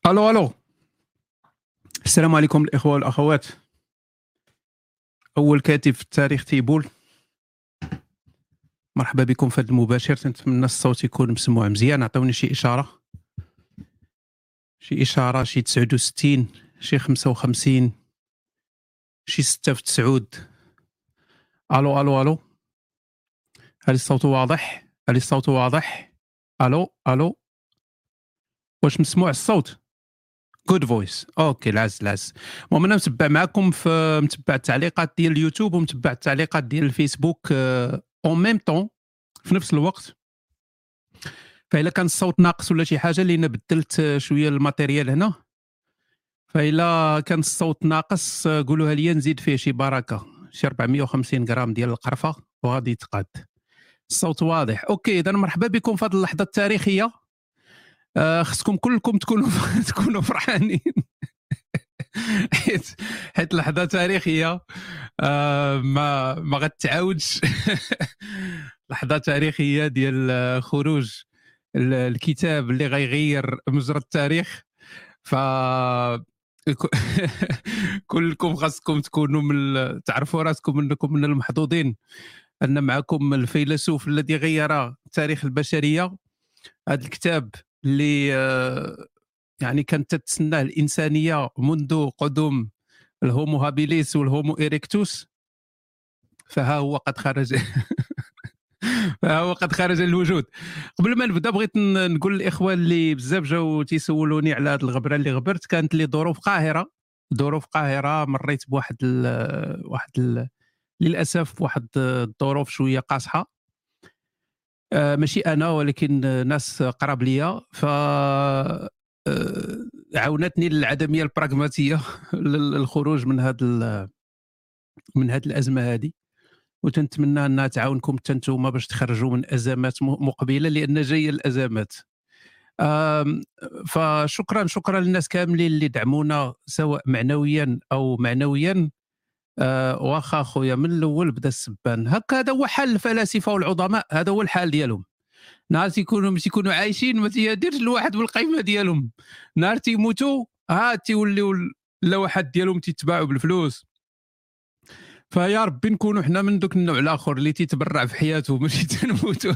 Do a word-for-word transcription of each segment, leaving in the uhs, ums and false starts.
الو الو السلام عليكم الاخوه والاخوات. اول كاتب في التاريخ تيبول، مرحبا بكم في هذا المباشر. تنتمنى الصوت يكون مسموع مزيان. عطوني شي اشاره، شي اشاره، شي تسعة وستين، شي خمسة وخمسين، شي ستة في تسعود. الو الو الو هل الصوت واضح؟ هل الصوت واضح؟ الو الو واش مسموع الصوت؟ جود فويس. اوكي العز العز. المهم انا متبع معكم، في متبع التعليقات ديال اليوتيوب ومتبع التعليقات ديال الفيسبوك اون ميم طون في نفس الوقت. فإلا كان الصوت ناقص ولا شي حاجه، لان بدلت شويه الماتيريال هنا، فإلا كان الصوت ناقص قولوها لي نزيد فيه شي بركه، شي أربعمية وخمسين غرام ديال القرفه وغادي يتقاد. الصوت واضح. اوكي اذا مرحبا بكم في هذه اللحظه التاريخيه. آه خصكم كلكم تكونوا تكونوا فرحانين حيت حيت لحظه تاريخيه آه ما ما غتعاودش. لحظه تاريخيه ديال خروج الكتاب اللي غيغير مجرى التاريخ. ف كلكم خاصكم تكونوا من تعرفوا راسكم انكم من المحظوظين ان معكم الفيلسوف الذي غير تاريخ البشريه. هذا الكتاب اللي يعني كانت تتسناه الانسانيه منذ قدوم الهومو هابيليس والهومو إيريكتوس، فها هو قد خرج. فها هو قد خرج للوجود. قبل ما نبدا بغيت نقول للاخوان اللي بزاف جاو تيسولوني على هذه الغبره اللي غبرت. كانت لي ظروف قاهره، ظروف قاهره مريت بواحد ال واحد ال للاسف واحد الظروف شويه قاصحه. آه ماشي انا ولكن ناس قراب ليا، ف آه عاونتني العدميه البراغماتيه للخروج من هذا من هذه الازمه هذه، وتنتمنى انها تعاونكم حتى نتوما باش تخرجوا من ازمات مقبله، لان جايه الازمات. فشكرا شكرا للناس كاملين اللي دعمونا سواء معنويا او معنويا. أه واخا خويا من الاول بدا السبان هكا، هذا هو حال الفلاسفه والعظماء، هذا هو الحال ديالهم. نهار تيكونوا مش تيكونوا عايشين ما تيديرش الواحد بالقيمه ديالهم، نهار تيموتوا ها تيوليو لا واحد ديالهم تيتباعوا بالفلوس. فيا ربي نكونوا حنا من دوك النوع الاخر اللي تيتبرع في حياته ماشي تنموتوا.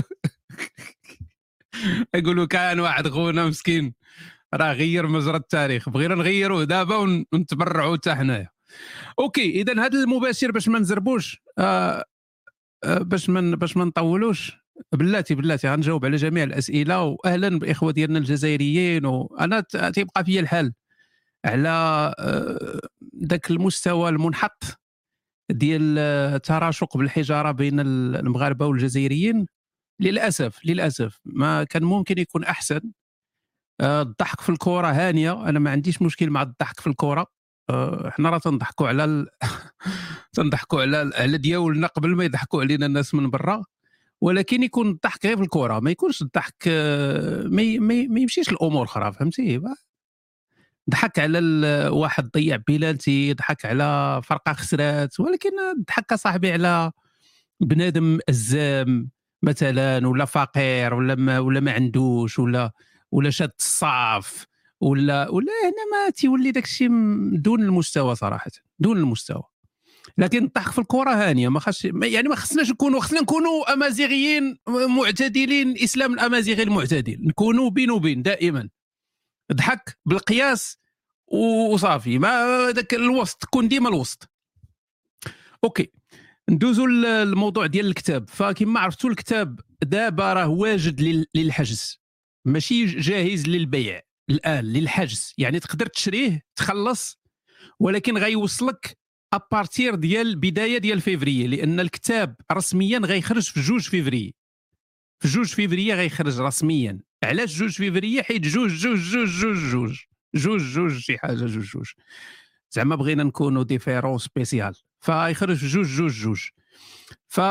يقولوا كان واحد خونا مسكين راه غير مجرى التاريخ، بغينا نغيروه دابا ونتبرعوا حتى حنايا. اوكي اذا هذا المباشر باش ما نزربوش، آه آه باش ما باش ما نطولوش، بلاتي بلاتي غنجاوب على جميع الاسئله. واهلا باخوه ديالنا الجزائريين، وانا تيبقى فيا الحال على آه ذاك المستوى المنحط ديال التراشق بالحجاره بين المغاربه والجزائريين. للاسف للاسف ما كان ممكن يكون احسن. الضحك في الكره هانيه، انا ما عنديش مشكل مع الضحك في الكره. احنا راه تنضحكوا على ال... تنضحكوا على على دياولنا قبل ما يضحكوا علينا الناس من برا، ولكن يكون الضحك غير في الكره، ما يكونش الضحك ما, ما, ما يمشيش الامور اخرى، فهمتي؟ ضحك على واحد ضيع بيلانتي، ضحك على فرقه خسرات، ولكن ضحك صاحبي على بنادم الزام مثلا، ولا فقير، ولا ما ولا ما عندوش، ولا ولا شاد الصاف، ولا ولا هنا ما تيولي داك الشيء دون المستوى صراحه، دون المستوى. لكن الضحك في الكره هانيه، ما خاص يعني ما خصناش نكونوا خصنا نكونوا امازيغيين معتدلين، الاسلام الامازيغي المعتدل، نكونوا بين وبين دائما. ضحك بالقياس وصافي، ما داك الوسط، كون ديما الوسط. اوكي ندوزوا للموضوع ديال الكتاب. فكما عرفتوا الكتاب دابا راه واجد للحجز، ماشي جاهز للبيع الان، للحجز. يعني تقدر تشريه تخلص، ولكن غيوصلك ابارتير ديال بدايه ديال فيفري، لان الكتاب رسميا غيخرج في جوج فيفري. في جوج فيفري غيخرج رسميا. علاش جوج فيفري؟ حيت جوج جوج جوج جوج جوج جوج جوج شي حاجه جوج جوج، زعما بغينا نكونوا ديفيرون سبيسيال، فيخرج في جوج جوج جوج. ف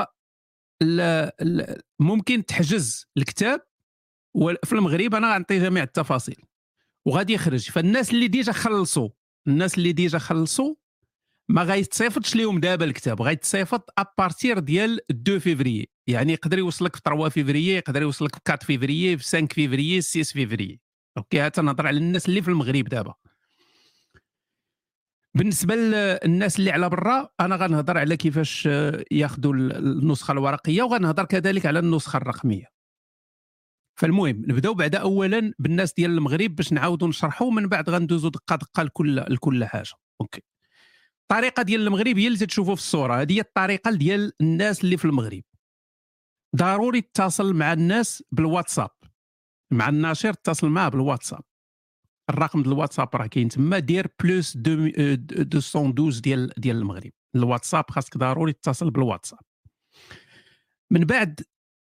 ممكن تحجز الكتاب في المغرب، انا غنعطي جميع التفاصيل وغادي يخرج. فالناس اللي ديجا خلصوا، الناس اللي ديجا خلصوا ما غيتصيفطش لهم دابا الكتاب، غيتصيفط ابارتير ديال اثنين فيفري. يعني يقدر يوصلك في ثلاثة فيفري، يقدر يوصلك في أربعة فيفري، في خمسة فيفري، في ستة فيفري. اوكي هات نهضر على الناس اللي في المغرب دابا. بالنسبه للناس اللي على برا انا غنهضر على كيفاش ياخذوا النسخه الورقيه، وغنهضر كذلك على النسخه الرقميه. فالمهم نبداو بعدا اولا بالناس ديال المغرب باش نعاودوا نشرحوا، من بعد غندوزوا دقه دقه لكل لكل حاجه. اوكي الطريقه ديال المغرب هي اللي تشوفوا في الصوره، هذه هي الطريقه ديال الناس اللي في المغرب. ضروري تتصل مع الناس بالواتساب، مع الناشر اتصل معاه بالواتساب. الرقم ديال الواتساب راه كاين تما، دير بلس مئتين واثناش ديال ديال المغرب. الواتساب خاصك ضروري تتصل بالواتساب. من بعد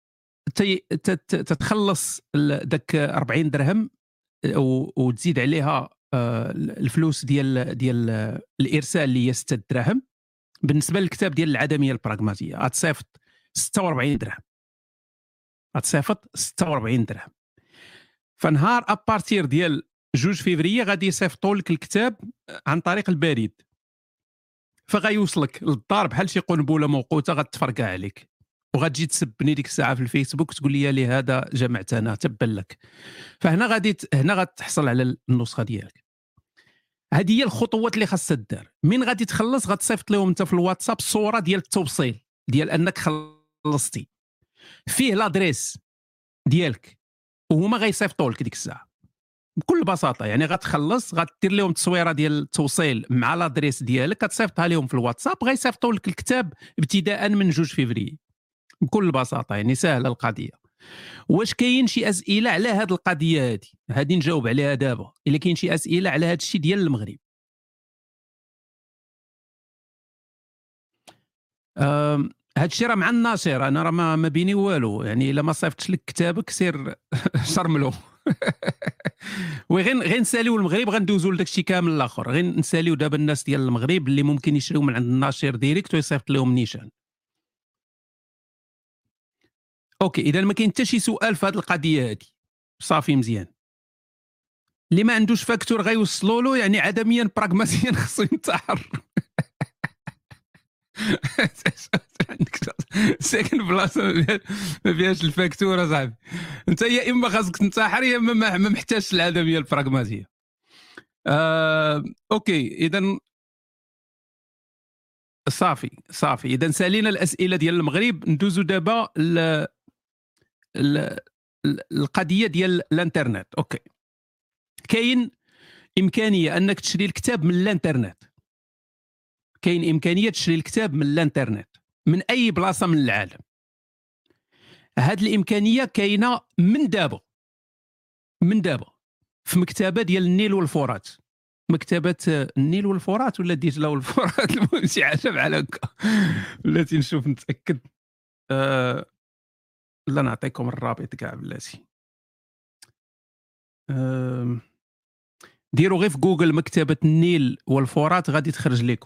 تتخلص داك أربعين درهم وتزيد عليها الفلوس ديال ديال الارسال اللي هي ستة دراهم. بالنسبه للكتاب ديال العدميه البراغماتيه غتصيفط ستة وأربعين درهم، غتصيفط ستة وأربعين درهم. فنهار ابارتير ديال جوج فيفرية غادي يصيفطوا لك الكتاب عن طريق البريد، فغيوصلك للدار بحال شي قنبله موقوته غتفرقع عليك، وغتجي تسبني ديك الساعه في الفيسبوك تقول لي لي هذا جمعت انا تبا لك. فهنا غادي هنا غتحصل على النسخه ديالك. هذه هي الخطوات اللي خاصها تدار. من غادي تخلص غتصيفط لهم انت في الواتساب صوره ديال التوصيل ديال انك خلصتي، فيه لادريس ديالك، وهما غيصيفطوا لك ديك الساعه بكل بساطه. يعني غتخلص غدير لهم تصويره ديال التوصيل مع لادريس ديالك، غتصيفطها لهم في الواتساب، غيصيفطوا لك الكتاب ابتداء من جوج فيفري بكل بساطه. يعني سهله القضيه. واش كاين شي اسئله على هذه القضيه هذه؟ هذه نجاوب عليها دابا. الا كاين شي اسئله على هذا الشيء ديال المغرب، هذا الشيء راه مع الناشر، انا راه ما, ما بيني والو. يعني الا ما صيفطش لك كتابك سير شرملو. وغير غير نساليو المغرب غندوزو لداك الشيء كامل الاخر. غير نساليو دابا الناس ديال المغرب اللي ممكن يشريو من عند الناشر ديريكت ويصيفط لهم نيشان. اوكي اذا ما كاين حتى شي سؤال في هذه القضيه هذه، صافي مزيان. اللي ما عندوش فاكتور غيوصلوا له، يعني عدميا براغماتيا خصو ينتحر. ساكن بلاصه ما فيهاش الفاكتور صاحبي، انت يا اما خاصك تنتحر يا اما ما محتاجش العدميه البراغماتيه. آه، اوكي اذا صافي صافي اذا سالينا الاسئله ديال المغرب. ندوزو دابا ل... ل... القضيه ديال الانترنت. اوكي كاين امكانيه انك تشري الكتاب من الانترنت، كاين امكانيه تشري الكتاب من الانترنت من اي بلاصه من العالم. هذه الامكانيه كاينه من دابا، من دابا في مكتبه ديال النيل والفرات، مكتبه النيل والفرات ولا دجله والفرات، المهم شي حاجه بحال هكا، بلاتي نشوف نتاكد. أه... لا نعطيكم الرابط كاع بلاتي. أه... ديروا غير في جوجل مكتبه النيل والفرات غادي تخرج لكم.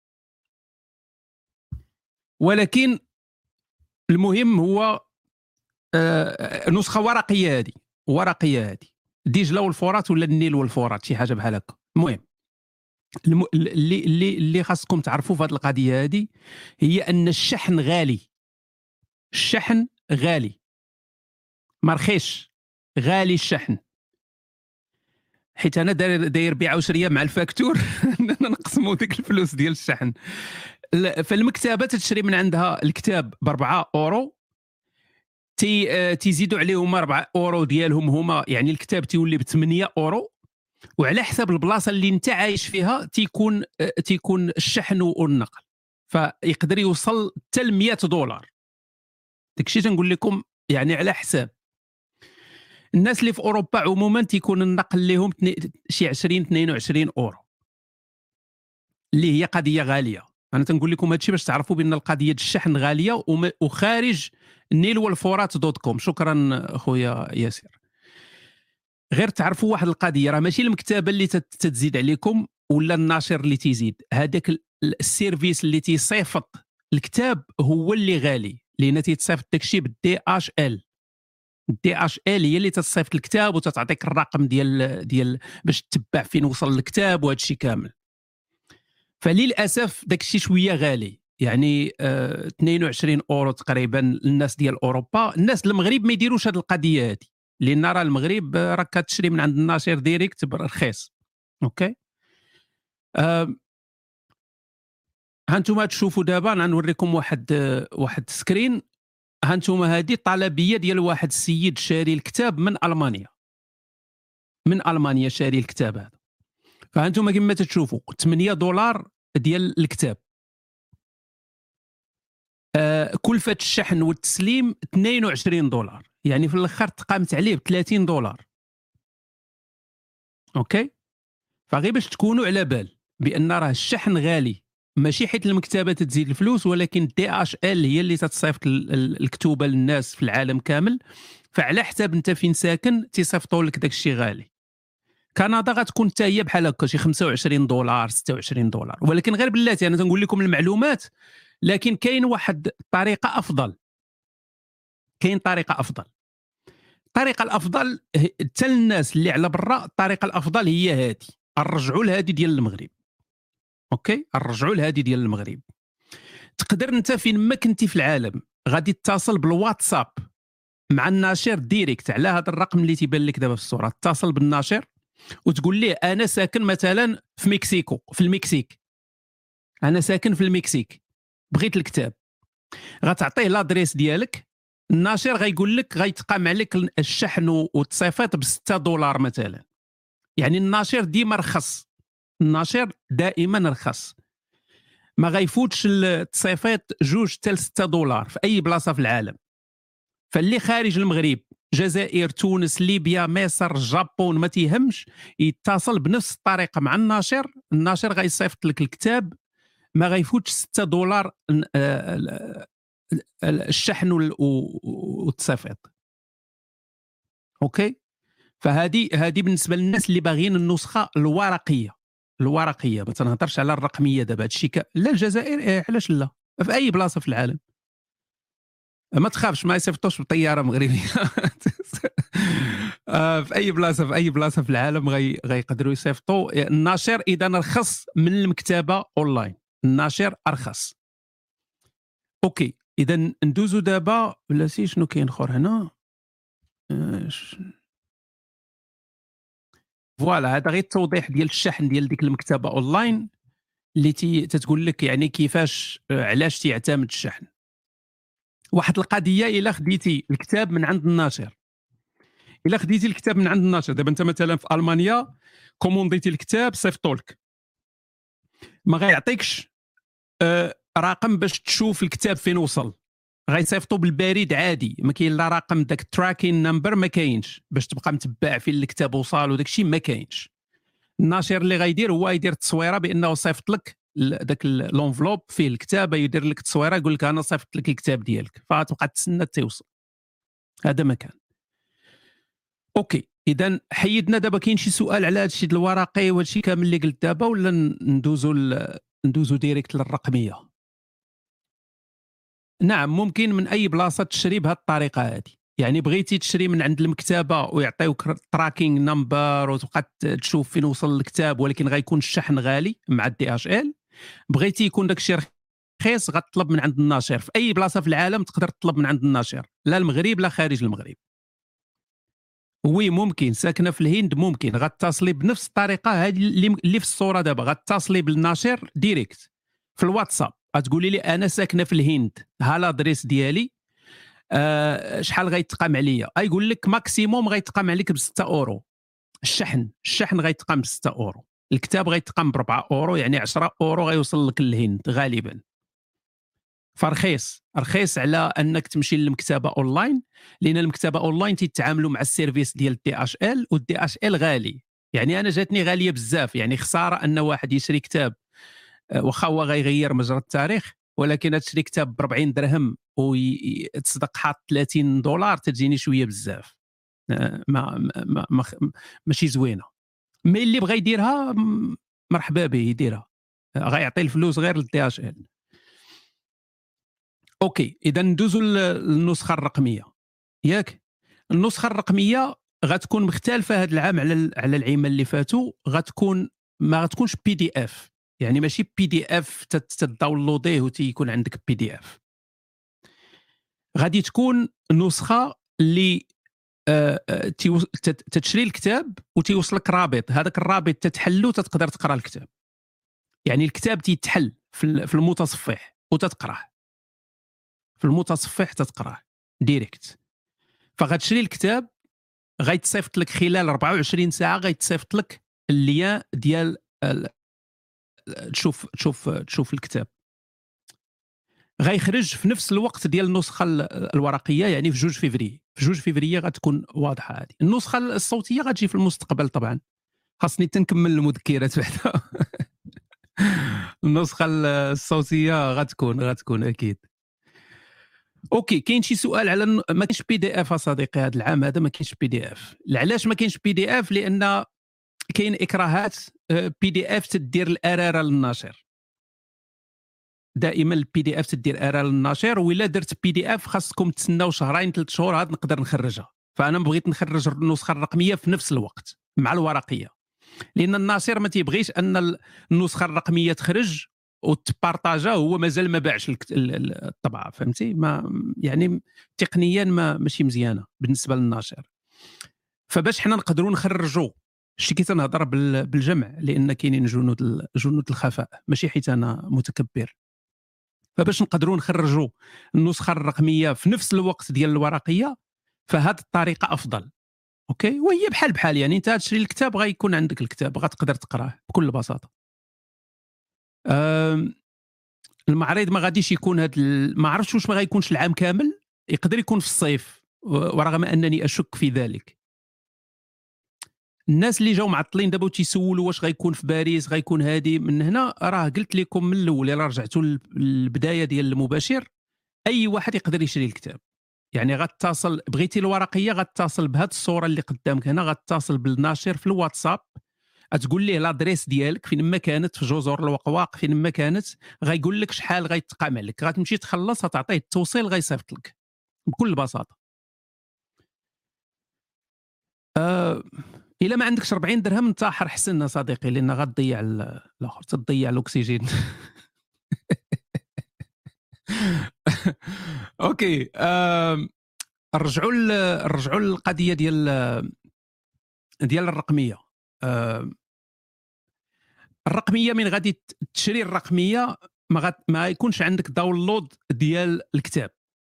ولكن المهم هو آه نسخه ورقيه، هذه ورقيه هذه دجله والفرات ولا النيل والفرات شي حاجه بحال هكا. المهم الم... اللي اللي اللي خاصكم تعرفوا في هذه القضيه هذه هي ان الشحن غالي. الشحن غالي، ما رخيش، غالي الشحن. حيت انا داير داير بيعه وشريه مع الفاكتور نقسموا ديك الفلوس ديال الشحن. فالمكتبه تشري من عندها الكتاب ب أربعة اورو، تي تيزيدوا عليهم أربعة اورو ديالهم هما، يعني الكتاب تيولي ب ثمانية اورو. وعلى حسب البلاصه اللي انت عايش فيها تيكون تيكون الشحن والنقل، فيقدر يوصل حتى ل مئة دولار. داكشي تنقول لكم يعني على حساب الناس اللي في اوروبا عموما تيكون النقل لهم شي عشرين اثنين وعشرين اورو، اللي هي قضيه غاليه. انا تنقول لكم هادشي باش تعرفوا بان القضيه ديال الشحن غاليه. وخارج نيل والفرات دوت كوم. شكرا خويا ياسر. غير تعرفوا واحد القضيه، راه ماشي المكتبه اللي تتزيد عليكم ولا الناشر اللي تيزيد، هذاك السيرفيس اللي تيصيفط الكتاب هو اللي غالي، لان تيتصيفط داكشي بالدي اش ال. الدي اش ال هي اللي تصيفط الكتاب وتعطيك الرقم ديال ديال باش تتبع فين وصل الكتاب وهذا الشيء كامل. فللاسف داك الشيء شويه غالي، يعني اه اثنين وعشرين اورو تقريبا. الناس ديال اوروبا، الناس المغرب ما يديروش هذه القضيه هذه. لان راه المغرب راك كتشري من عند الناشر ديريكت برخيص. اوكي. آه هانتوما تشوفوا دابا غنوريكم واحد واحد سكرين. هانتوما هذه طلبيه ديال واحد السيد شاري الكتاب من المانيا، من المانيا شاري الكتاب هذا. فهانتوما كما تشوفوا ثمانية دولار ديال الكتاب. آه كلفة الشحن والتسليم اثنين وعشرين دولار، يعني في الاخر تقامت عليه ب ثلاثين دولار. اوكي. فغير باش تكونوا على بال بان راه الشحن غالي، ماشي حيت المكتبه تزيد الفلوس، ولكن دي اش ال هي اللي تتصيفط الكتوبه للناس في العالم كامل. فعلى حساب انت فين ساكن تيصيفطوا لك داك الشيء غالي. كندا غتكون حتى هي بحال هكا شي خمسة وعشرين دولار ستة وعشرين دولار. ولكن غير بلاتي انا تنقول لكم المعلومات، لكن كاين واحد الطريقه افضل. كاين طريقه افضل. الطريقه الافضل حتى الناس اللي على برا، الطريقه الافضل هي هذه. نرجعوا لهذه ديال المغرب. اوكي، نرجعوا لهذه ديال المغرب. تقدر انت فين ما كنتي في العالم غادي تتصل بالواتساب مع الناشر ديريكت على هذا الرقم اللي تيبان لك دابا في الصوره. تتصل بالناشر وتقول ليه انا ساكن مثلا في مكسيكو، في المكسيك، انا ساكن في المكسيك، بغيت الكتاب. غتعطيه لادريس ديالك، الناشر غيقول لك غيتقام عليك الشحن والتصيفط ب ستة دولار مثلا. يعني الناشر ديما رخص، الناشر دائما رخص، ما غيفوتش التصيفط جوج حتى ستة دولار في اي بلاصه في العالم. فاللي خارج المغرب، جزائر، تونس، ليبيا، مصر، الجابون، ما تيهمش، يتصل بنفس الطريقه مع الناشر. الناشر غيصيفط لك الكتاب، ما غيفوتش ستة دولار الشحن والتصيفط. اوكي. فهذه هذه بالنسبه للناس اللي باغيين النسخه الورقيه. الورقيه ما تنهضرش على الرقميه دابا. هذا الشيء ك... لا الجزائر إيه علاش لا، في اي بلاصه في العالم. ما تخافش ما يصيفطوش بطياره مغربيه. آه في اي بلاصه، في اي بلاصه في العالم غي... غيقدروا يصيفطوا. الناشر اذا رخص من المكتبه اونلاين، الناشر ارخص. اوكي، اذا ندوزو دابا ولا سي شنو كاين اخر هنا. آه ش... فوالا هذا غير التوضيح ديال الشحن ديال ديك المكتبه اونلاين اللي تي تتقول لك يعني كيفاش، علاش تيعتمد الشحن. واحد القضيه، الا خديتي الكتاب من عند الناشر، الا خديتي الكتاب من عند الناشر دابا انت مثلا في المانيا كومونديتي الكتاب صيفطوا لك، ما غيعطيكش آه رقم باش تشوف الكتاب فين وصل. غيصيفطوا بالبريد عادي، ما كاين لا رقم داك تراكين نمبر، ما كاينش باش تبقى متبع فين الكتاب وصل وداك الشيء ما كاينش. الناشر اللي غيدير هو يدير التصويره بانه صيفط لك داك لونفلوب فيه الكتاب، يدير لك التصويره يقول لك انا صيفط لك الكتاب ديالك، فتبقى تسنى تيوصل. هذا مكان. اوكي، اذا حيدنا دابا. كاين شي سؤال على هذا الشيء الورقي وهذا الشيء كامل اللي قلت دابا، ولا ندوزو ندوزو ديريكت للرقميه؟ نعم، ممكن من اي بلاصه تشري بهذه الطريقه هذه. يعني بغيتي تشري من عند المكتبه ويعطيوك تراكينغ نمبر وتبقى تشوف فين وصل الكتاب، ولكن غيكون الشحن غالي مع الدي اش ال. بغيتي يكون داك الشيء رخيص، غتطلب من عند الناشر. في اي بلاصه في العالم تقدر تطلب من عند الناشر، لا المغرب لا خارج المغرب. وي ممكن ساكنه في الهند، ممكن غتصلي بنفس الطريقه هذه اللي في الصوره دابا. غتصلي بالناشر ديريكت في الواتساب، غتقولي لي انا ساكنه في الهند، ها لادريس ديالي، أه شحال غيتقام عليا؟ غيقول لك ماكسيموم غيتقام عليك ب ستة اورو. الشحن الشحن غيتقام ب ستة اورو، الكتاب غيتقام ب أربعة اورو، يعني عشرة اورو غيوصل لك للهند غالبا. فرخيص، رخيص على انك تمشي للمكتبه اونلاين، لان المكتبه اونلاين تيتعاملوا مع السيرفيس ديال الدي اش ال، والدي اش ال غالي. يعني انا جاتني غاليه بزاف، يعني خساره ان واحد يشري كتاب واخا هو غيغير مجرى التاريخ، ولكن تشري كتاب ب أربعين درهم وتصدق حاط ثلاثين دولار تجيني شويه بزاف. ما, ما, ما, ما ماشي زوينه. مي اللي بغى يديرها مرحبا به يديرها، غيعطي الفلوس غير للدي اش ال. اوكي، اذا ندوزو للنسخه الرقميه ياك. النسخه الرقميه غتكون مختلفه هذا العام على على العيمه اللي فاتوا. غتكون ما غتكونش بي دي اف، يعني ماشي بي دي اف تداونلوديه وتيكون عندك بي دي اف. غادي تكون نسخه اللي آه، آه، تيو- تت- تتشري الكتاب وتيوصلك رابط، هذاك الرابط تتحلو تقدر تقرا الكتاب. يعني الكتاب تيتحل في ال- في المتصفح وتتقراه، في المتصفح تتقراه ديريكت. فغتشري الكتاب، غيتصيفط لك خلال أربعة وعشرين ساعه، غيتصيفط لك اللين ديال ال- تشوف تشوف تشوف الكتاب. غيخرج في نفس الوقت ديال النسخه ال- الورقيه، يعني في جوج فيفري في جوج فيفري غتكون واضحه هذه. النسخه الصوتيه غتجي في المستقبل طبعا، خاصني تنكمل المذكرات بعدا. النسخه الصوتيه غتكون غتكون اكيد. اوكي، كاين شي سؤال على الن- ما كاينش بي دي اف صديقي هذا العام، هذا ما كاينش بي دي اف. علاش ما كاينش بي دي اف؟ لان كاين اكراهات. بي دي اف تدير الاراره للناشر، دائما البي دي اف تدير اراره للناشر، وإلا درت بي دي اف خاصكم تسناو شهرين ثلاث شهور عاد نقدر نخرجها. فانا بغيت نخرج النسخه الرقميه في نفس الوقت مع الورقيه، لان الناشر ما تيبغيش ان النسخه الرقميه تخرج وتبارطاجا هو مازال ما باعش الكت- ال- ال- الطبعه، فهمتي؟ ما يعني تقنيا ما ماشي مزيانه بالنسبه للناشر. فباش حنا نقدروا نخرجوا، شتي كي تنهضر بال- بالجمع لان كاينين جنود ال- جنود الخفاء، ماشي حيت انا متكبر. فباش نقدروا نخرجوا النسخه الرقميه في نفس الوقت ديال الورقيه، فهاد الطريقه افضل. اوكي، وهي بحال بحال، يعني انت تشري الكتاب غيكون عندك الكتاب غتقدر تقراه بكل بساطه. أم، المعرض ما غاديش يكون هاد ال- ما عرفتش واش ما غيكونش العام كامل، يقدر يكون في الصيف، و- ورغم انني اشك في ذلك. الناس اللي جاو معطلين دابا وتيسولوا واش غيكون في باريس غيكون هادي، من هنا راه قلت لكم من الاول، الا رجعتوا للبدايه ديال المباشر، اي واحد يقدر يشري الكتاب. يعني غتصل بغيتي الورقيه، غتصل بهذه الصوره اللي قدامك هنا، غتصل بالناشر في الواتساب، تقول ليه لادريس ديالك فين ما كانت، في جزر الوقواق فين ما كانت، غيقول لك شحال غيتقام عليك، غتمشي تخلص، غتعطيه التوصيل غيصيفط لك بكل بساطه. أه، الا ما عندكش أربعين درهم انتحر حسن صديقي، لان غتضيع ال- الاخر، تضيع الاكسجين. اوكي. أه، نرجعوا ل- نرجعوا للقضيه ديال ديال الرقميه. أه، الرقميه من غادي تشري الرقميه، ما, غت... ما يكونش عندك داونلود ديال الكتاب.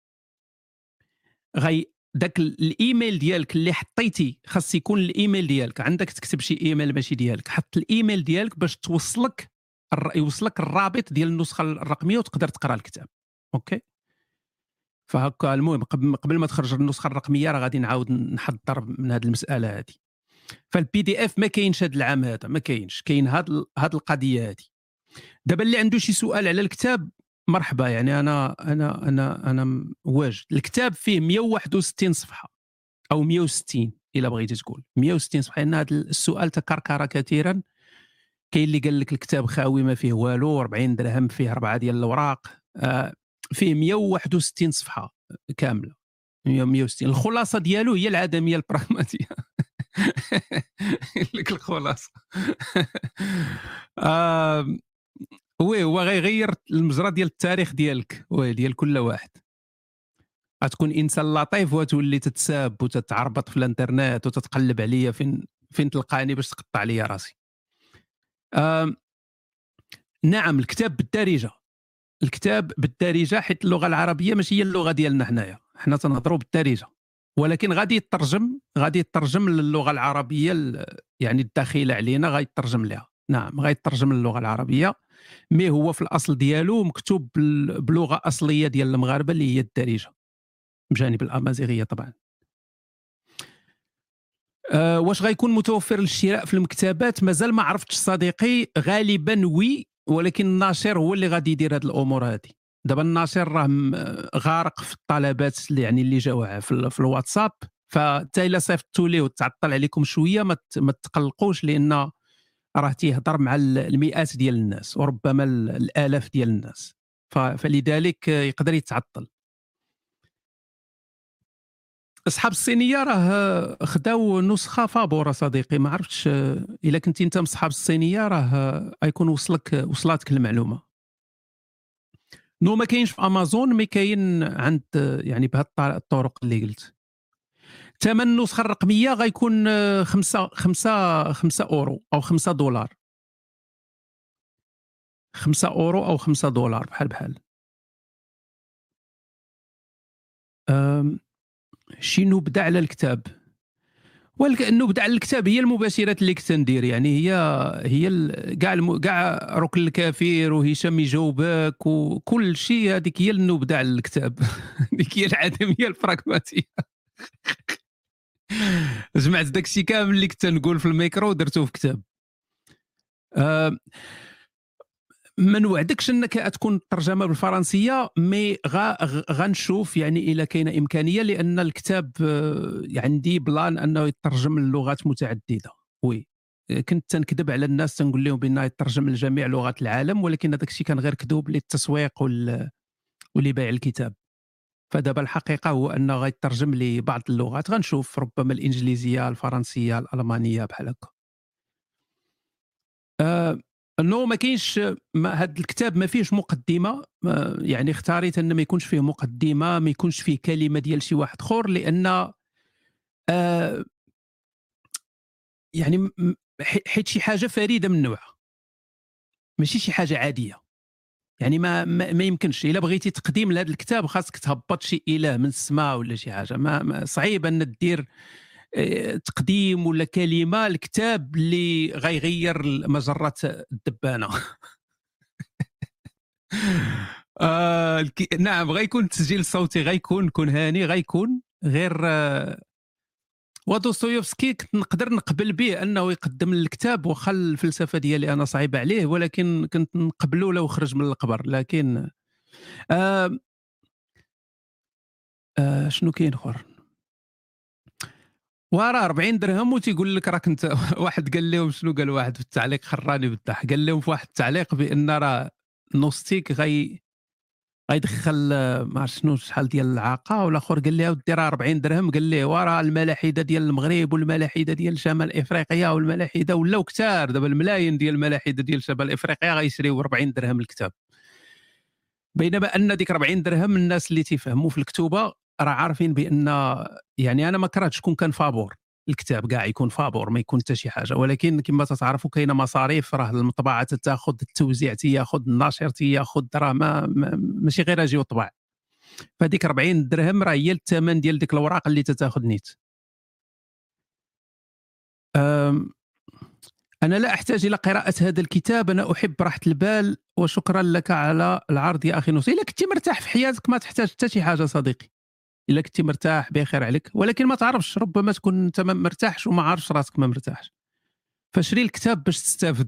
غي داك الايميل ديالك اللي حطيتي، خاص يكون الايميل ديالك عندك، تكتب شي ايميل ماشي ديالك، حط الايميل ديالك باش توصلك الر... يوصلك الرابط ديال النسخه الرقميه وتقدر تقرا الكتاب. اوكي. فهكا المهم قبل, قبل ما تخرج النسخه الرقميه راه غادي نعاود نحضر من هذه المساله هذه. فالبي دي اف ما كاينش هذا العام، هذا ما كاينش، كاين هذه هذه القضيه هذه. دابا اللي عنده شي سؤال على الكتاب مرحبا، يعني انا انا انا انا واجد. الكتاب فيه مية وواحد وستين صفحه او مية وستين الا بغيتي تقول مية وستين صفحه، لان هذا السؤال تكركر كثيرا. كاين اللي قال لك الكتاب خاوي ما فيه والو، أربعين درهم فيه اربعه ديال الاوراق. آه، فيه مية وواحد وستين صفحه كامله، مية وستين. الخلاصه ديالو هي العدميه البراغماتيه. لك الخلاصه. آه، وي هو غيغير المجرى ديال التاريخ ديالك، وي ديال كل واحد. غتكون انسان لطيف وتولي تتساب وتتعربط في الانترنت وتتقلب عليا فين فين تلقاني باش تقطع لي راسي. آم، نعم، الكتاب بالدارجه، الكتاب بالدارجه، حيت اللغه العربيه ماشي هي اللغه ديالنا حنايا، حنا تنهضروا بالدارجه، ولكن غادي يترجم غادي يترجم للغه العربيه يعني الداخله علينا، غادي يترجم لها. نعم غادي يترجم للغه العربيه، مي هو في الاصل ديالو مكتوب بلغه اصليه ديال المغاربه اللي هي الدارجه، بجانب الامازيغيه طبعا. أه، واش غيكون متوفر للشراء في المكتبات؟ مازال ما عرفتش صديقي، غالبا وي، ولكن الناشر هو اللي غادي يدير هذه الامور هذه. دابا الناشر راه غارق في الطلبات اللي يعني اللي جاوا في, في الواتساب، فتا الا صيفطتوا ليه وتعطل عليكم شويه ما ما تقلقوش، لان راه تيهضر مع المئات ديال الناس وربما الالاف ديال الناس، فلذلك يقدر يتعطل. اصحاب الصينيه راه خداو نسخه فابوره صديقي، ما عرفتش الا كنتي انت من اصحاب الصينيه راه غيكون وصلك وصلاتك المعلومه. نو ما كاينش في امازون، مي كاين عند يعني بهذه الطرق اللي قلت. ثمن النسخه الرقميه غيكون خمسة خمسة خمسة اورو او خمسة دولار، خمسة اورو او خمسة دولار بحال بحال. آم، شي نبذة على الكتاب. والك النبذة على الكتاب هي المباشرات اللي كنت ندير، يعني هي هي ال- كاع الم... كاع ركن الكافر وهشام يجاوبك وكل شيء، هذيك هي النبذة على الكتاب. هذيك هي العدمية البراغماتية. جمعت داك الشيء كامل اللي كنت نقول في الميكرو ودرتو في كتاب. آه، ما نوعدكش انك تكون الترجمه بالفرنسيه، مي غا غنشوف يعني الا كاينه امكانيه، لان الكتاب آه، عندي بلان انه يترجم للغات متعدده. وي كنت تنكذب على الناس تنقول لهم بانه يترجم لجميع لغات العالم، ولكن هذاك الشيء كان غير كذوب للتسويق وال... ولبيع الكتاب. فدابا الحقيقه هو انه غيترجم لبعض اللغات، غنشوف ربما الانجليزيه، الفرنسيه، الالمانيه بحال هكا. آه انه ما كاينش هذا الكتاب ما فيهش مقدمه، ما يعني اختاريت ان ما يكونش فيه مقدمه، ما يكونش فيه كلمه ديال شي واحد اخر، لان آه يعني م- ح- حيت شي حاجه فريده من نوعها، ماشي شي حاجه عاديه. يعني ما ما, ما يمكنش الا بغيتي تقديم لهذا الكتاب خاصك تهبط شي اله من السماء ولا شي حاجه، ما, ما صعيب ان دير آه، تقديم ولا كلمه الكتاب اللي غيغير مجره الدبانه. آه الك... نعم غيكون التسجيل الصوتي، غيكون كون هاني، غيكون غير آه ودوستويفسكي كنت نقدر نقبل به انه يقدم الكتاب، واخا الفلسفه ديالي انا صعيبه عليه، ولكن كنت نقبله لو خرج من القبر. لكن آه آه شنو كاين اخر؟ وراه أربعين درهم وتيقول لك راك انت. واحد قال لهم شنو قال واحد في التعليق خراني بالضحك، قال لهم في واحد التعليق بان راه نوستيك غي غيدخل آه، ما عرفت شنو شحال ديال العاقه، والاخر قال لي اودي راه أربعين درهم، قال لي وراه الملاحده ديال المغرب والملاحده ديال شمال افريقيا والملاحده ولاو كثار دابا، الملايين ديال الملاحده ديال شمال افريقيا غيشريو أربعين درهم الكتاب. بينما ان ديك أربعين درهم الناس اللي تيفهموا في الكتوبه راه عارفين بان، يعني انا ما كرهتش شكون كان فابور الكتاب كاع يكون فابور، ما يكون حتى شي حاجه، ولكن كما تتعرفوا كاينه مصاريف، راه المطبعه تاخذ، التوزيع تياخذ، الناشر تياخذ، راه ما ما- ماشي غير اجي وطبع. فهذيك أربعين درهم راه هي الثمن ديال ديك الاوراق اللي تتاخذ نيت. أم، انا لا احتاج الى قراءه هذا الكتاب، انا احب راحه البال، وشكرا لك على العرض يا اخي نوسي. الا كنتي مرتاح في حياتك ما تحتاج حتى شي حاجه صديقي، الا كنتي مرتاح بخير عليك، ولكن ما تعرفش ربما تكون انت ما مرتاحش وما عارفش راسك ما مرتاحش، فشري الكتاب باش تستافد.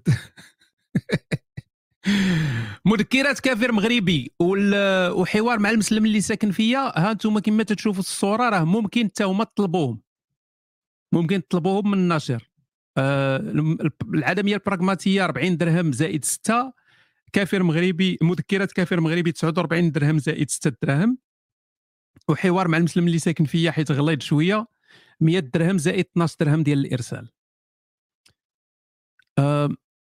مذكرات كافر مغربي وال- وحوار مع المسلم اللي ساكن فيا، ها انتم كما تشوفوا الصوره، راه ممكن حتى هما تطلبوهم، ممكن تطلبوهم من الناشر. آه العدميه البراغماتيه أربعين درهم زائد ستة، كافر مغربي، مذكرات كافر مغربي تسعة وأربعين درهم زائد ستة دراهم، وحوار مع المسلم اللي ساكن فيا حيت غليت شويه مية درهم زائد اثناش درهم ديال الارسال. آه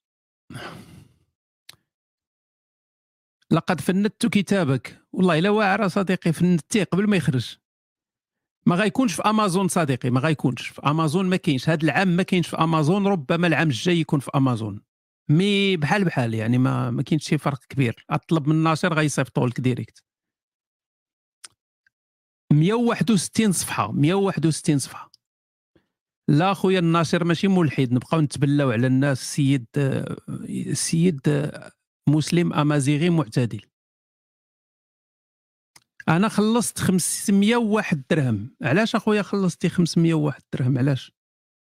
لقد فندت كتابك، والله الا واعر صديقي، فندتيه قبل ما يخرج. ما غيكونش في امازون صديقي، ما غيكونش في امازون، ما كاينش هذا العام، ما كاينش في امازون، ربما العام الجاي يكون في امازون، مي بحال بحال يعني ما ما كاينش شي فرق كبير، اطلب من الناشر غيصيفطوا لك ديريكت. مية وواحد وستين صفحه، مية وواحد وستين صفحه. لا خويا الناشر ماشي ملحد نبقاو نتبلاو على الناس، السيد السيد مسلم امازيغي معتدل. انا خلصت خمسمية وواحد درهم. علاش اخويا خلصتي خمسمية وواحد درهم علاش؟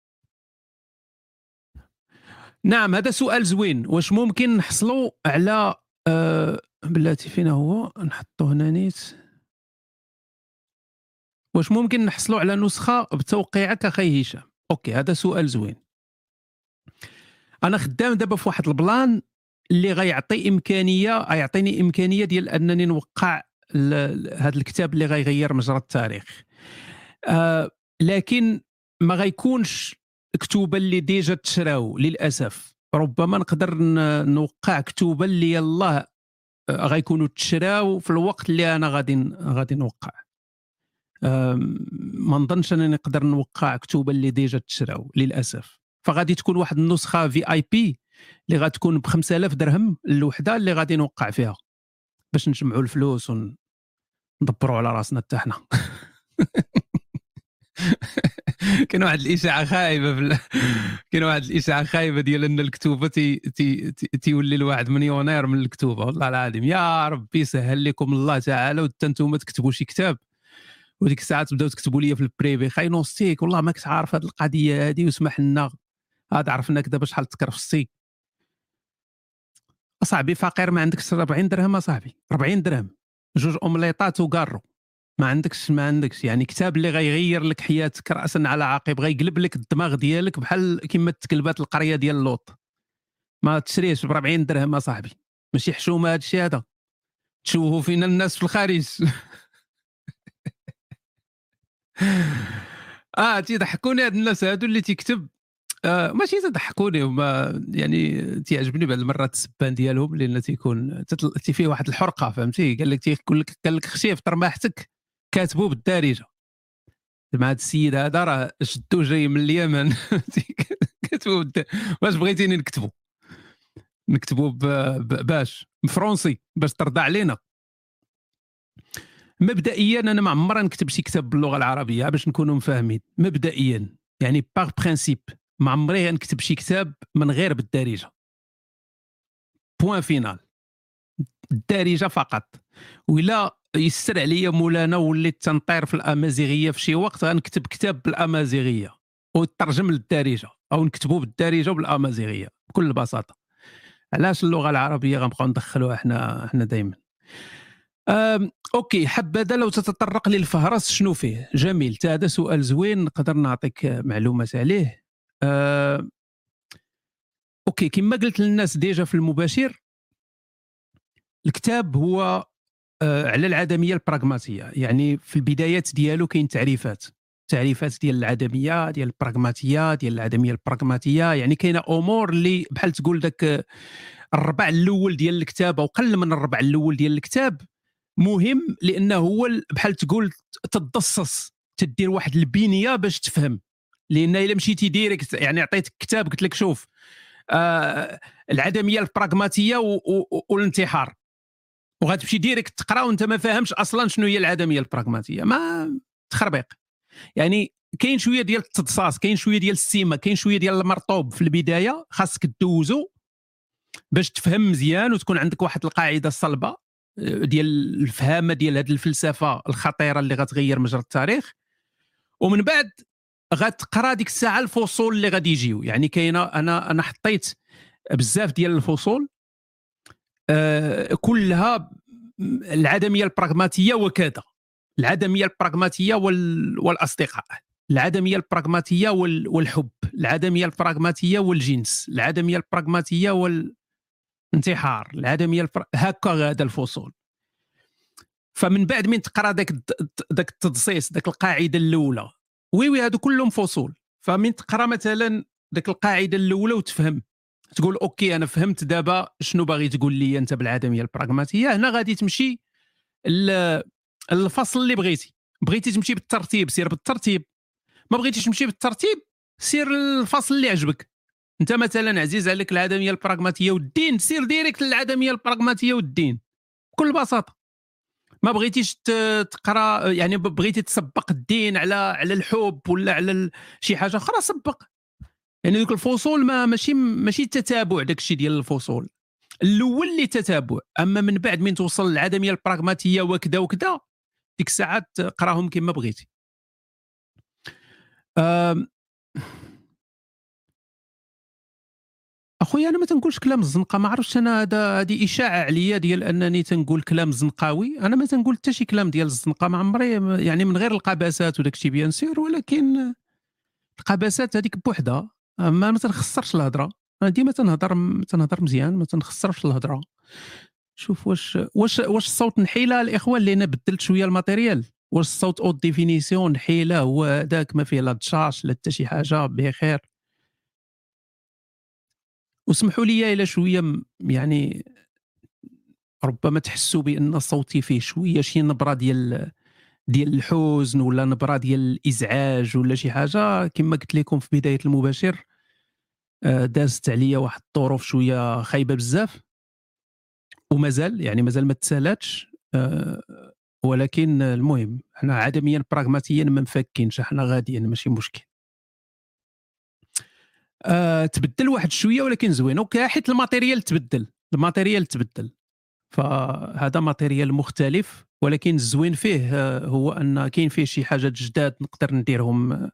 نعم هذا سؤال زوين، واش ممكن نحصلوا على آه بلاتي فينا هو نحطو هنا نيت، واش ممكن نحصلوا على نسخه بتوقيعك اخي هشام؟ اوكي هذا سؤال زوين. انا خدام دابا في واحد البلان اللي غيعطي امكانيه، غيعطيني امكانيه ديال انني نوقع هذا الكتاب اللي غيغير مجرى التاريخ. آه لكن ما غيكونش كتوبه اللي ديجا تشراو للاسف، ربما نقدر نوقع كتوبه اللي يلاه غيكونوا تشراو في الوقت اللي انا غادي غادي نوقع. ما نظنش انني نقدر نوقع كتوبه اللي ديجا تشراو للاسف. فغادي تكون واحد النسخه في اي بي اللي غتكون ب خمسة آلاف درهم الوحده اللي غادي نوقع فيها باش نجمعوا الفلوس وندبروا على راسنا حتى حنا. كاين واحد الاشاعه خايبه في ال... كاين واحد الاشاعه خايبه ديال ان الكتوبه تي... تي... تي... تيولي الواحد مليونير من الكتوبه. والله العظيم يا ربي سهل لكم الله تعالى، وحتى نتوما تكتبوا شي كتاب وديك الساعه تبداو تكتبوا لي في البريفي خاي نوستيك والله ما كنت عارف هذه القضيه هذه وسمح لنا هذا عرفناك دابا شحال تكرفستي. اصاحبي فقير ما عندكش أربعين درهم اصاحبي، أربعين درهم جوج اومليطات وكارو ما عندكش ما عندكش يعني كتاب اللي غيغير لك حياتك راسا على عقب، غيقلب لك الدماغ ديالك بحال كما تقلبات القريه ديال لوط. ما تشريش ب أربعين درهم اصاحبي، ماشي حشومه هذا الشيء هذا. تشوفوا فينا الناس في الخارج. اه تيضحكوني هاد الناس هادو اللي تيكتب آه ماشي تضحكوني هما يعني تيعجبني بعض المرات السبان ديالهم لان تيكون تي فيه واحد الحرقه فهمتي. قال لك تيقول لك قال لك خشيف ترماحتك كاتبوه بالدارجه مع هذا السيد هذا راه شدو جاي من اليمن. كاتبوه بالد... واش بغيتيني نكتبو نكتبو ب... ب... باش بفرونسي باش ترضى علينا. مبدئيا انا ما عمري نكتب شي كتاب باللغه العربيه باش نكونوا مفاهمين. مبدئيا يعني باغ برينسيپ ما عمري غنكتب شي كتاب من غير بالدارجه. بوان فينال الدارجه فقط. وإلا يسر عليا مولانا وليت تنطير في الامازيغيه في شي وقت غنكتب كتاب بالامازيغيه ويترجم للدارجه او نكتبوه بالدارجه وبالامازيغيه بكل بساطه. علاش اللغه العربيه غنبقاو ندخلوها احنا احنا دائما. اوكي حبذا لو تتطرق للفهرس شنو فيه. جميل هذا سؤال زوين نقدر نعطيك معلومات عليه. أه اوكي كما قلت للناس ديجا في المباشر الكتاب هو أه على العدميه البراغماتيه. يعني في البدايات ديالو كاين تعريفات تعريفات ديال العدميه ديال البراغماتيه ديال العدميه البراغماتيه. يعني كاينه امور اللي بحال تقول داك الربع الاول ديال الكتاب او قل من الربع الاول ديال الكتاب مهم لانه هو بحال تقول تتدصص تدير واحد البنيه باش تفهم. لان الا مشيتي ديريكت يعني عطيتك كتاب قلت لك شوف آه العدميه البراغماتيه والانتحار وغتمشي ديريكت تقرا وانت ما فاهمش اصلا شنو هي العدميه البراغماتيه ما تخربيق. يعني كاين شويه ديال التدصاص كاين شويه ديال السيمه كاين شويه ديال المرطوب في البدايه خاصك تدوزو باش تفهم مزيان وتكون عندك واحد القاعده صلبه ديال الفهامه ديال هذه الفلسفه الخطيره اللي غتغير مجرى التاريخ. ومن بعد غتقرا ديك الساعه الفصول اللي غادي يجيو. يعني كاينه انا انا حطيت بزاف ديال الفصول آه كلها العدميه البراغماتيه وكذا العدميه البراغماتيه وال... والاصدقاء العدميه البراغماتيه وال... والحب العدميه البراغماتيه والجنس العدميه البراغماتيه والانتحار العدميه البر... هكا هذا الفصول. فمن بعد من تقرا داك داك التدصيص داك القاعده الاولى وي وي هادو كلهم فصول. فمن تقرا مثلا داك القاعده الاولى وتفهم تقول اوكي انا فهمت دابا شنو باغي تقول لي انت بالعدميه البراغماتيه. هنا غادي تمشي الفصل اللي بغيتي. بغيتي تمشي بالترتيب سير بالترتيب ما بغيتيش تمشي بالترتيب سير الفصل اللي عجبك. انت مثلا عزيز عليك العدميه البراغماتيه والدين سير ديريكت للعدميه البراغماتيه والدين بكل بساطه. ما بغيتيش تقرا يعني بغيتي تسبق الدين على على الحب ولا على شي حاجه اخرى سبق. يعني ذوك الفصول ما ماشي ماشي تتابع داك الشيء ديال الفصول الاول اللي تتابع. اما من بعد من توصل للعدميه البراغماتيه وكذا وكذا ديك الساعات قراهم كما بغيتي. اخويا انا ما تنقولش كلام الزنقه ما عرفتش انا هذا هذه اشاعه عليا ديال انني تنقول كلام زنقاوي. انا ما تنقول حتى شي كلام ديال الزنقه ما عمري يعني من غير القباسات وداك الشيء بيان سير ولكن القباسات هذيك بوحدها ما ما تنخسرش الهضره. انا ديما تنهضر تنهضر مزيان ما تنخسرش الهضره. شوف واش واش واش الصوت نحيله الاخوان لان بدلت شويه الماتيريال. واش الصوت او ديفينيسيون نحيله هو هذاك ما فيه لا تشاش لا حتى شي حاجه بخير. واسمحوا لي الى شويه يعني ربما تحسوا بان صوتي فيه شويه شي نبره ديال ديال الحزن ولا نبره ديال الازعاج ولا شي حاجه، كما قلت لكم في بدايه المباشر آه، دازت عليا واحد الظروف شويه خايبه بزاف، ومازال يعني مازال ما تسالاتش. آه، ولكن المهم حنا عدميا براغماتيا ما مفكينش، حنا غاديين ماشي مشكل. آه، تبدل واحد شويه ولكن زوين. اوكي، حيت الماتيريال تبدل، الماتيريال تبدل، فهذا ماتيريال مختلف، ولكن الزوين فيه آه، هو ان كاين فيه شي حاجات جداد نقدر نديرهم.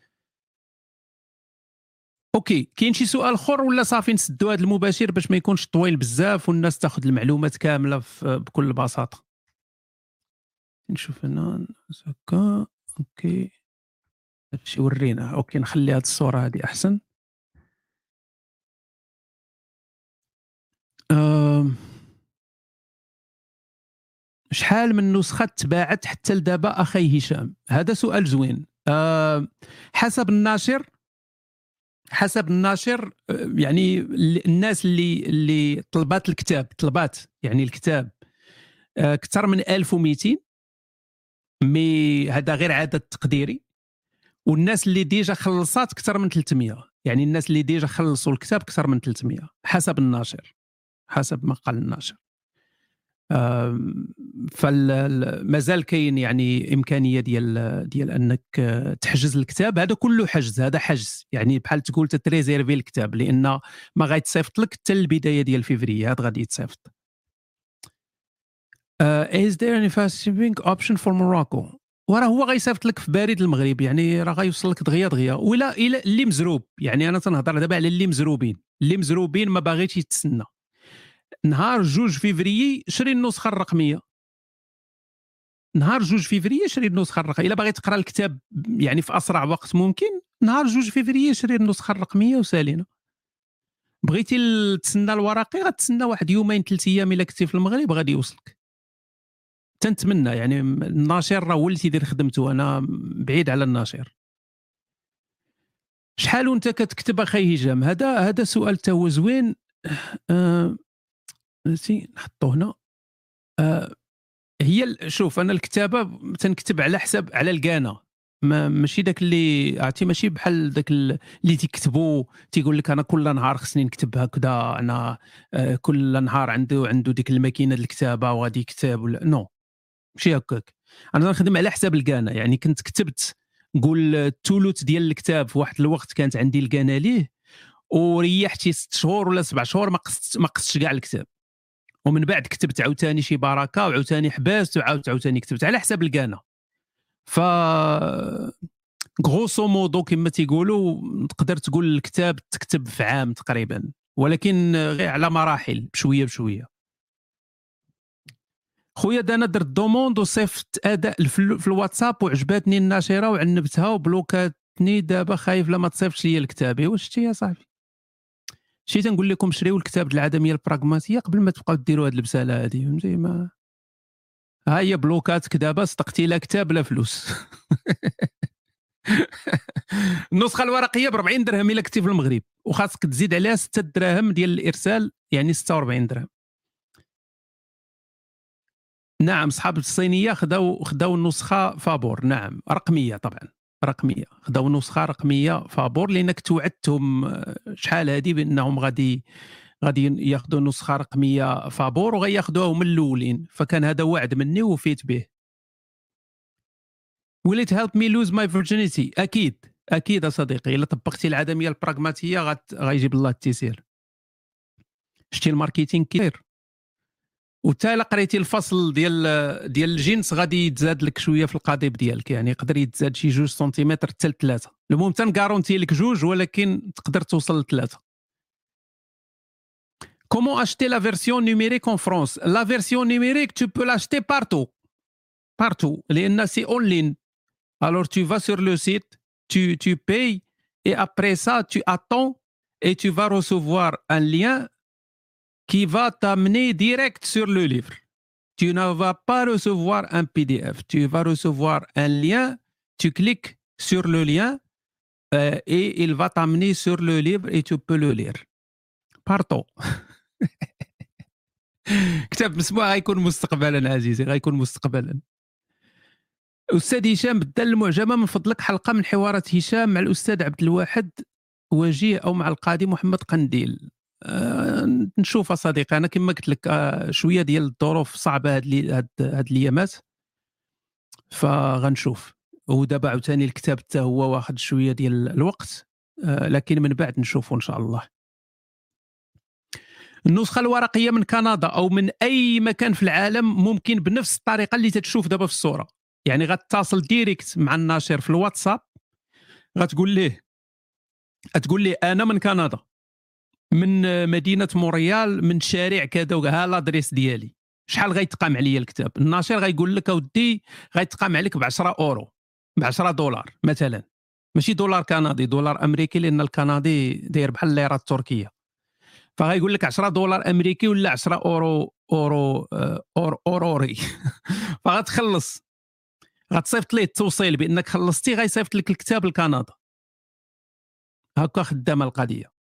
اوكي، كاين شي سؤال اخر ولا صافي نسدوا هذا المباشر باش ما يكونش طويل بزاف والناس تاخذ المعلومات كامله في- بكل بساطه؟ نشوف هنا هكا. اوكي، هادشي ورينا. اوكي، نخلي هاد الصوره هذه احسن. أم... شحال من نسخه تباعت حتى لدابا اخي هشام؟ هذا سؤال زوين. أه... حسب الناشر، حسب الناشر آه، يعني ال- الناس اللي اللي طلبات الكتاب، طلبات يعني الكتاب آه، اكثر من ألف ومئتين، مي هذا غير عدد تقديري. والناس اللي ديجا خلصات اكثر من ثلاثمية، يعني الناس اللي ديجا خلصوا الكتاب اكثر من ثلاثمية حسب الناشر، حسب ما قال الناشر. فمازال كاين يعني امكانيه ديال ديال انك آه، تحجز الكتاب. هذا كله حجز، هذا حجز يعني بحال تقول تتريزيرفي الكتاب، لان ما غيتصيفط لك حتى البدايه ديال فيفري هذا غادي يتصيفط. Uh, is there any fast shipping option for Morocco؟ وراه هو غيصيفط لك في بريد المغرب، يعني راه غيوصل لك دغيا دغيا، ولا الى اللي مزروب. يعني انا تنهضر دابا على اللي مزروبين، اللي مزروبين ما باغيش يتسنى. نهار جوج فيفري شري النسخه الرقميه، نهار جوج فيفري شري النسخه الرقميه. الا باغي تقرا الكتاب يعني في اسرع وقت ممكن، نهار جوج فيفري شري النسخه الرقميه وسالينا. بغيتي تسنى الورقي غتسنى واحد يومين ثلاث ايام، الا كنتي في المغرب غادي يوصلك. تنتمنى يعني الناشر راه هو اللي تيدير خدمته، انا بعيد على الناشر. شحال وانت كتكتب اخي هشام؟ هذا هذا سؤال تا هو زوين. أه نسي نحطو هنا. أه هي شوف، انا الكتابه تنكتب على حساب على الكانه، ما ماشي داك اللي عرفتي، ماشي بحال داك اللي تيكتبوا تيقول لك انا كل نهار خصني نكتب هكذا، انا أه كل نهار عنده عنده ديك الماكينه الكتابه وغادي يكتب ولا نو، ماشي هكاك. انا نخدم على حساب الكانه، يعني كنت كتبت نقول الثلث ديال الكتاب في واحد الوقت كانت عندي الكانه ليه، وريحت شي ست شهور ولا سبع شهور ما قصت ما قصتش كاع الكتاب، ومن بعد كتبت عاوتاني شي بركه وعاوتاني حبست وعاود عاوتاني كتبت على حساب الكانه. ف غروسو مودو كما تيقولوا تقدر تقول الكتاب تكتب في عام تقريبا، ولكن غير على مراحل بشويه بشويه. خويا انا درت دوموند وصيفط اداء في الواتساب وعجبتني الناشره وعنبتها وبلوكاتني، دابا خايف لا ما تصيفطش لي الكتاب. ايوا شتي يا صاحبي، شي تنقول لكم شريو الكتاب د العدميه البراغماتيه قبل ما تبقاو ديروا هذه البساله هذه، فهمتي؟ ما ها هي بلوكاتك دابا، صدقتي لا كتاب لا فلوس. النسخه الورقيه ب أربعين درهم الا كنتي في المغرب، وخاصك تزيد عليها ستة دراهم ديال الارسال، يعني ستة وأربعين درهم. نعم، صحاب الصينيه خداو خداو النسخه فابور، نعم رقميه طبعا، رقميه، خداو نسخه رقميه فابور، لانك توعدتهم آه، شحال هذه بانهم غادي غادي ياخذوا نسخه رقميه فابور وغياخذوها من الاولين، فكان هذا وعد مني ووفيت به. will it help me lose my virginity؟ اكيد اكيد يا صديقي، الا طبقتي العدميه البراغماتيه غت... غيجيب الله التيسير. شتي الماركتينغ كير، وتا الا قريتي الفصل ديال ديال الجنس غادي يتزاد لك شويه في القضيب ديالك، يعني يقدر يتزاد شي جوج سنتيمتر حتى لثلاثه. المهم تنكارونتي لك جوج ولكن تقدر توصل لثلاثه. Comment acheter la version numérique en France؟ La version numérique, tu peux l'acheter partout. Partout. لأن c'est en ligne. Alors tu vas sur le site, tu, tu payes et après ça, tu attends et tu vas recevoir un lien qui va t'amener direct sur le livre. Tu ne vas pas recevoir un P D F, tu vas recevoir un lien, tu cliques sur le lien euh, et il va t'amener sur le livre et tu peux le lire. Partout. كتاب مسموع غيكون مستقبلا عزيزي، غيكون مستقبلا. أستاذ هشام، بدل المعجمة من فضلك حلقة من حوارات هشام مع الأستاذ عبد الواحد وجيه أو مع القاضي محمد قنديل. أه نشوف صديقي، أنا كما قلت لك أه شوية ديال الظروف صعبة هاد, لي هاد, هاد الأيامات، فغنشوف. ودابا عاوتاني الكتاب حتى هو واخد شوية ديال الوقت، أه لكن من بعد نشوفه إن شاء الله. النسخة الورقية من كندا أو من أي مكان في العالم ممكن بنفس الطريقة اللي تتشوف دابا في الصورة، يعني غتصل ديريكت مع الناشر في الواتساب، غتقول ليه تقول ليه أنا من كندا، من مدينة مونريال، من شارع كذا، ها لادريس ديالي، شحال غيتقام عليا الكتاب؟ الناشر غيقول لك اودي غيتقام عليك ب عشرة اورو، ب عشرة دولار مثلا، ماشي دولار كندي، دولار امريكي، لان الكندي داير بحال الليره التركيه، فغيقول لك عشرة دولار امريكي ولا عشرة اورو اورو أور اوروري فغتخلص، غتصيفط ليه التوصيل بانك خلصتي، غيصيفط لك الكتاب لكندا. هكا خدامه القضيه.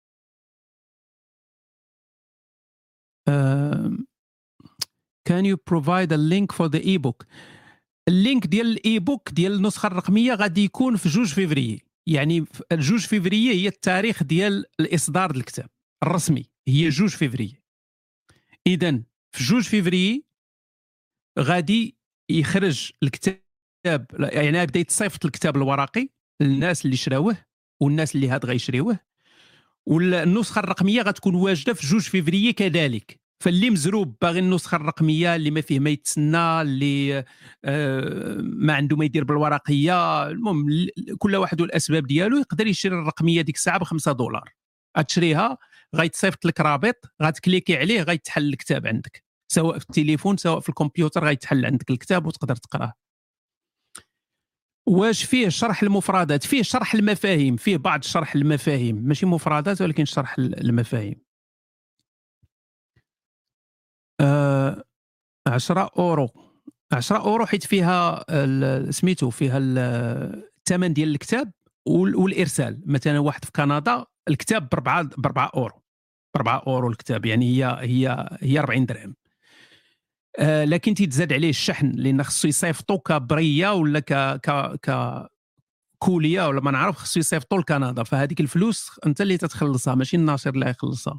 uh, can you provide a link for the e-book؟ اللينك ديال الاي بوك ديال النسخه الرقميه غادي يكون في جوج فيفري، يعني جوج فيفري هي التاريخ ديال الاصدار الكتاب الرسمي، هي جوج فيفري. اذا في جوج فيفري غادي يخرج الكتاب، يعني بدا يتصيفط الكتاب الورقي للناس اللي شراوه والناس اللي هاد غيشريوه، والنسخه الرقميه غتكون واجده في جوج فيفري كذلك. فاللي مزروب باغي النسخه الرقميه، اللي ما فيه ما يتسنى، اللي آه ما عنده ما يدير بالورقيه، المهم كل واحد والاسباب ديالو، يقدر يشري الرقميه ديك الساعه ب خمسة دولار. غتشريها، غيتصيفط لك رابط، غتكليكي عليه، غيتحل الكتاب عندك، سواء في التليفون سواء في الكمبيوتر، غيتحل عندك الكتاب وتقدر تقراه. واش فيه شرح المفردات؟ فيه شرح المفاهيم، فيه بعض شرح المفاهيم، ماشي مفردات ولكن شرح المفاهيم. أه عشرة اورو، عشرة اورو حيت فيها سميتو، فيها الثمن ديال الكتاب والارسال. مثلا واحد في كندا الكتاب بأربعة بأربعة اورو، بأربعة اورو الكتاب، يعني هي هي هي أربعين درهم. أه لكن تيتزاد عليه الشحن، لان خصو يصيفطو كبريه ولا ك ك ك كوليه ولا ما نعرف، خصو يصيفطو لكندا، فهذيك الفلوس انت اللي تتخلصها، ماشي الناشر اللي يخلصها.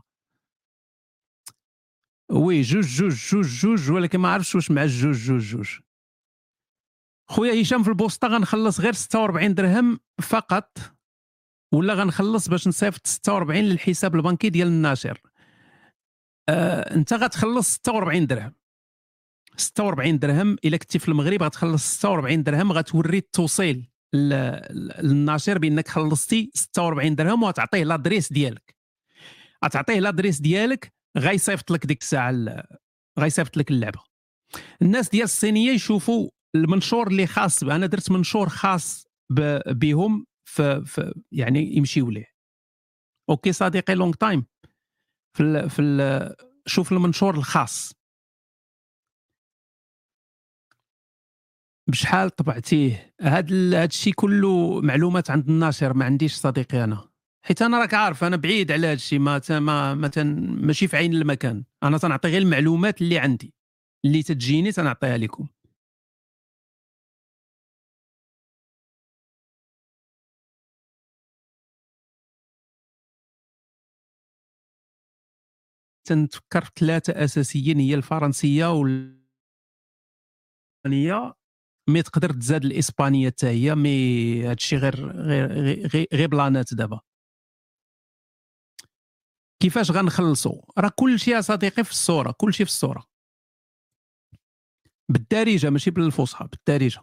وي جوج جوج جوج جوج، ولكن ما عرفتش واش مع الجوج جوج جوج. خويا هشام، في البوسطه غنخلص غير ستة وأربعين درهم فقط، ولا غنخلص باش نصيفط ستة وأربعين للحساب البنكي ديال الناشر؟ آه، انت غتخلص ستة وأربعين درهم، ستة وأربعين درهم. الا كنتي في المغرب غتخلص ستة وأربعين درهم، غتوري التوصيل للناشر بانك خلصتي ستة وأربعين درهم، وغتعطيه لادريس ديالك، غتعطيه لادريس ديالك، غيصيفط لك ديك الساعه، غيصيفط لك اللعبه. الناس ديال الصينيه يشوفوا المنشور اللي خاص، انا درت منشور خاص بهم، في, في يعني يمشيوا ليه. اوكي صديقي لونج تايم، في ال في ال شوف المنشور الخاص بشحال طبعتيه. هذا هذا الشيء كله معلومات عند الناشر، ما عنديش صديقي انا، حيت انا راك عارف انا بعيد على هذا الشيء، ما ما ما ماشي في عين المكان، انا تنعطي غير المعلومات اللي عندي، اللي تجيني تنعطيها لكم. تنتفكر في ثلاثه اساسيين، هي الفرنسيه والالمانيه، مي تقدر تزاد الاسبانيه حتى هي، مي هادشي غير غير غير, غير بلانات دابا. كيفاش غنخلصوا؟ راه كل شيء يا صديقي في الصوره، كل شيء في الصوره بالدارجه، ماشي بالفصحى، بالدارجه.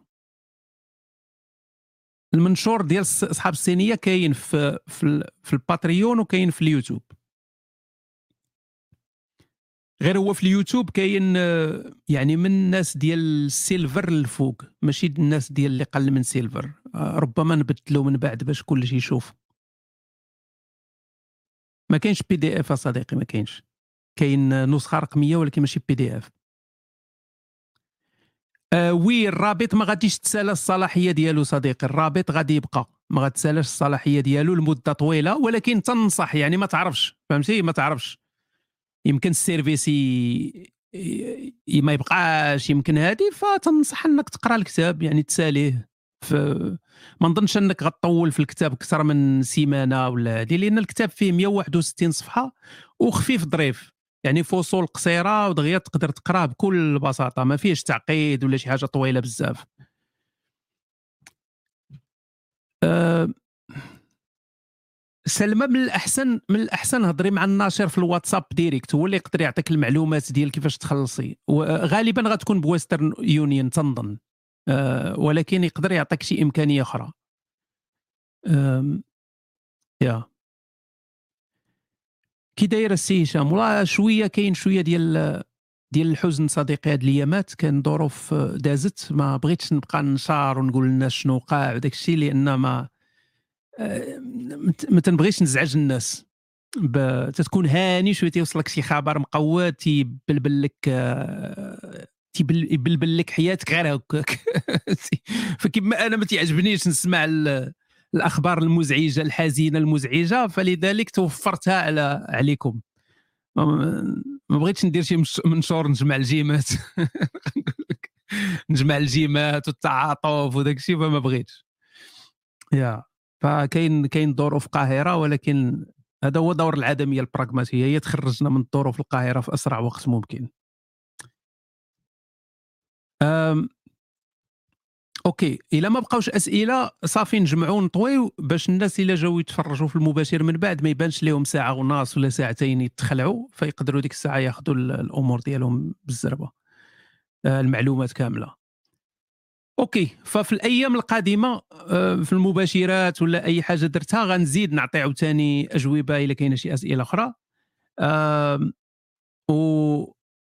المنشور ديال اصحاب الصينيه كاين في في, في الباتريون وكاين في اليوتيوب. غير هو في اليوتيوب كاين يعني من الناس ديال السيلفر الفوق، ماشي الناس ديال اللي قل من سيلفر. ربما نبدلو من بعد باش كل شيء يشوف. ما كاينش بي دي اف صديقي، ما كاينش، كاين نسخه رقميه ولكن ماشي بي دي اف. آه وي الرابط ما غاديش تسالى الصلاحيه ديالو صديقي، الرابط غادي يبقى، ما غتسالاش الصلاحيه ديالو لمده طويله، ولكن تنصح يعني ما تعرفش، فهمتي، ما تعرفش، يمكن السيرفيس ما يبقاش يمكن هادي، فتنصح انك تقرا الكتاب، يعني تساليه. ما نظنش انك غتطول في الكتاب اكثر من سيمانه ولا هادي، لان الكتاب فيه مية وواحد وستين صفحه وخفيف ظريف، يعني فصول قصيره ودغيا تقدر تقراه بكل بساطه، ما فيهش تعقيد ولا شي حاجه طويله بزاف. أه سلمى، من الاحسن من الاحسن هضري مع الناشر في الواتساب ديريكت، هو اللي يقدر يعطيك المعلومات ديال كيفاش تخلصي، وغالبا غتكون بويسترن يونيون تنظن، أه ولكن يقدر يعطيك شي امكانيه اخرى. أه يا كي داير السي هشام؟ والله شويه كاين شويه ديال ديال الحزن صديقي هاد الايامات، كان ظروف دازت، ما بغيتش نبقى نشار ونقول للناس شنو وقع وداك الشيء، لان ما ما تنبغيش نزعج الناس. تتكون هاني شويه تيوصلك شي خبر مقود تيبلبل لك تيبلبل لك حياتك غير هكاك. فكما انا ما تيعجبنيش نسمع الاخبار المزعجه الحزينه المزعجه، فلذلك توفرتها على عليكم. ما بغيتش ندير شي منشور نجمع الجيمات. نجمع الجيمات والتعاطف وداك الشيء، فما بغيتش. يا فكاين كاين ظروف قاهره، ولكن هذا هو دور العدميه البراغماتيه، هي تخرجنا من الظروف القاهره في اسرع وقت ممكن. أم اوكي، الا ما بقاوش اسئله صافي نجمعوا نطويو، باش الناس الا جاوا يتفرجوا في المباشر من بعد ما يبانش لهم ساعه ونص ولا ساعتين يتخلعوا، فيقدروا ديك الساعه ياخذوا الامور ديالهم بالزربه، المعلومات كامله. اوكي، ففي الايام القادمه في المباشرات ولا اي حاجه درتها غنزيد نعطي عاوتاني اجوبه الا كاينه شي اسئله اخرى. أه و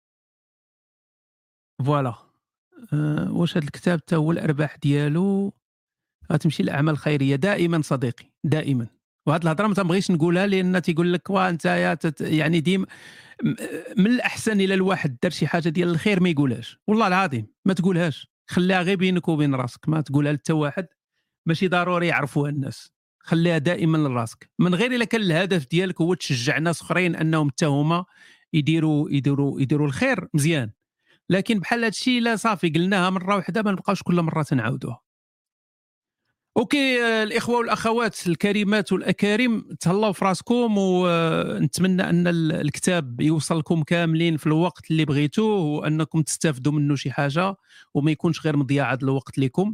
فوالا. أه واش هذا الكتاب حتى هو الارباح ديالو غتمشي للاعمال الخيريه دائما صديقي، دائما. وهاد الهضره ما تنبغيش نقولها، لان تيقول لك وا انت يعني ديما من الاحسن الى الواحد دار شي حاجه ديال الخير ما يقولهاش، والله العظيم ما تقولهاش، خليها غير بينك وبين راسك، ما تقولها لتا واحد، ماشي ضروري يعرفوها الناس، خليها دائما لراسك، من غير الا كان الهدف ديالك هو تشجع ناس اخرين انهم حتى هما يديروا يديروا يديروا الخير، مزيان. لكن بحال هذا الشيء لا صافي قلناها مره واحده، ما نبقاوش كل مره تنعاودوها. اوكي الاخوه والاخوات الكريمات والاكارم، تهلاو في راسكم، ونتمنى ان الكتاب يوصل لكم كاملين في الوقت اللي بغيتوه، وانكم تستافدوا منه شي حاجه، وما يكونش غير مضيعه الوقت لكم.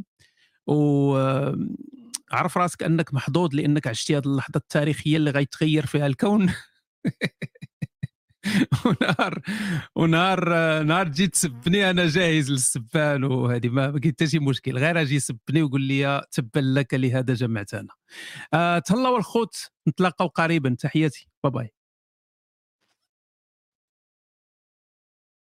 وعرف راسك انك محظوظ لانك عشتي هذه اللحظه التاريخيه اللي غيتغير فيها الكون. ونهار ونهار نهار تجي تسبني انا جاهز للسبان، وهذه ما كاين حتى شي مشكل، غير اجي سبني وقول لي تبا لك لهذا جمعتنا. أه تهلاو الخوت، نتلاقاو قريبا، تحياتي، باي باي.